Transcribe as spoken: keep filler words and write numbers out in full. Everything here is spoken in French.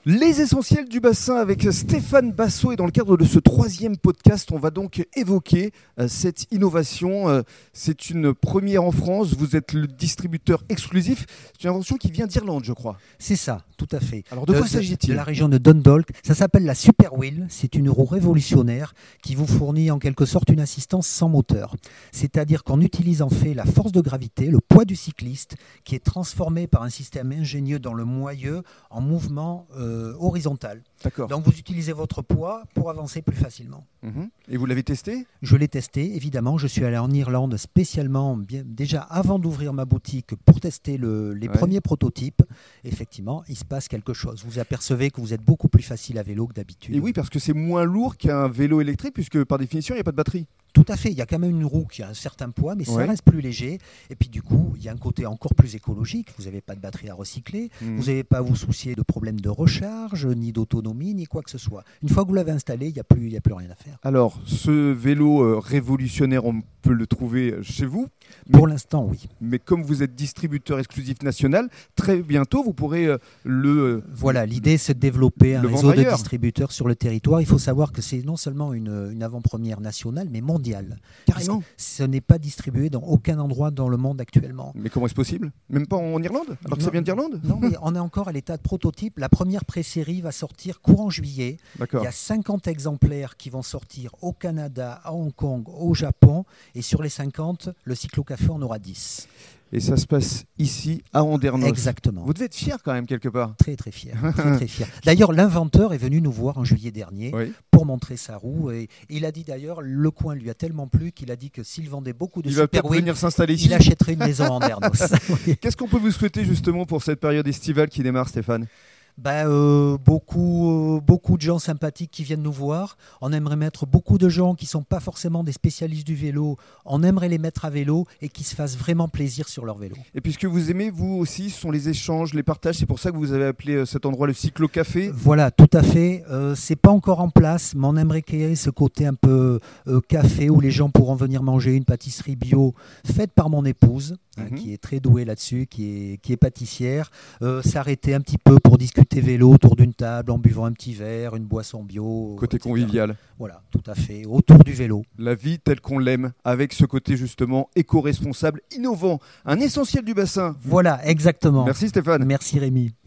Les essentiels du bassin avec Stéphane Basso, et dans le cadre de ce troisième podcast, on va donc évoquer euh, cette innovation. Euh, c'est une première en France, vous êtes le distributeur exclusif. C'est une invention qui vient d'Irlande, je crois. C'est ça, tout à fait. Alors de quoi de, s'agit-il ? De la région de Dundalk. Ça s'appelle la Super Wheel. C'est une roue révolutionnaire qui vous fournit en quelque sorte une assistance sans moteur. C'est-à-dire qu'on utilise en fait la force de gravité, le poids du cycliste, qui est transformé par un système ingénieux dans le moyeu en mouvement euh, horizontal. D'accord. Donc vous utilisez votre poids pour avancer plus facilement. Mmh. Et vous l'avez testé ? Je l'ai testé, évidemment. Je suis allé en Irlande spécialement, bien, déjà avant d'ouvrir ma boutique, pour tester le, les ouais. premiers prototypes. Effectivement, il se passe quelque chose. Vous apercevez que vous êtes beaucoup plus facile à vélo que d'habitude. Et oui, parce que c'est moins lourd qu'un vélo électrique, puisque par définition, il n'y a pas de batterie. Tout à fait, il y a quand même une roue qui a un certain poids, mais ouais. ça reste plus léger. Et puis du coup, il y a un côté encore plus écologique. Vous n'avez pas de batterie à recycler, mmh. vous n'avez pas à vous soucier de problèmes de recharge, ni d'autonomie, ni quoi que ce soit. Une fois que vous l'avez installé, il n'y a plus, il n'y a plus rien à faire. Alors, ce vélo euh, révolutionnaire, on peut le trouver chez vous ? Pour mais, l'instant, oui. Mais comme vous êtes distributeur exclusif national, très bientôt, vous pourrez euh, le... Voilà, l'idée, c'est de développer un réseau de ailleurs. distributeurs sur le territoire. Il faut savoir que c'est non seulement une, une avant-première nationale, mais mondiale. Carrément. Ce n'est pas distribué dans aucun endroit dans le monde actuellement. Mais comment est-ce possible ? Même pas en Irlande ? Alors que non, ça vient d'Irlande ? Non, mais on est encore à l'état de prototype. La première pré-série va sortir courant juillet. D'accord. Il y a cinquante exemplaires qui vont sortir au Canada, à Hong Kong, au Japon. Et sur les cinquante, le Cyclo-Café en aura dix. Et ça se passe ici, à Andernos. Exactement. Vous devez être fier quand même, quelque part. Très, très fier. très, très fier. D'ailleurs, l'inventeur est venu nous voir en juillet dernier oui. pour montrer sa roue. Et il a dit d'ailleurs, le coin lui a tellement plu qu'il a dit que s'il vendait beaucoup de il Super Wheel, venir s'installer ici. il achèterait une maison à Andernos. oui. Qu'est-ce qu'on peut vous souhaiter justement pour cette période estivale qui démarre, Stéphane ? Ben, euh, beaucoup, euh, beaucoup de gens sympathiques qui viennent nous voir. On aimerait mettre beaucoup de gens qui ne sont pas forcément des spécialistes du vélo. On aimerait les mettre à vélo et qui se fassent vraiment plaisir sur leur vélo. Et puis ce que vous aimez, vous aussi, ce sont les échanges, les partages. C'est pour ça que vous avez appelé cet endroit le Cyclo-Café. Voilà, tout à fait. Euh, ce n'est pas encore en place, mais on aimerait créer ce côté un peu euh, café où les gens pourront venir manger une pâtisserie bio faite par mon épouse, mm-hmm. hein, qui est très douée là-dessus, qui est, qui est pâtissière. Euh, s'arrêter un petit peu pour discuter vélo autour d'une table en buvant un petit verre, une boisson bio. Côté et cetera. Convivial. Voilà, tout à fait, autour du vélo. La vie telle qu'on l'aime, avec ce côté justement éco-responsable, innovant, un essentiel du bassin. Voilà, exactement. Merci Stéphane. Merci Rémi.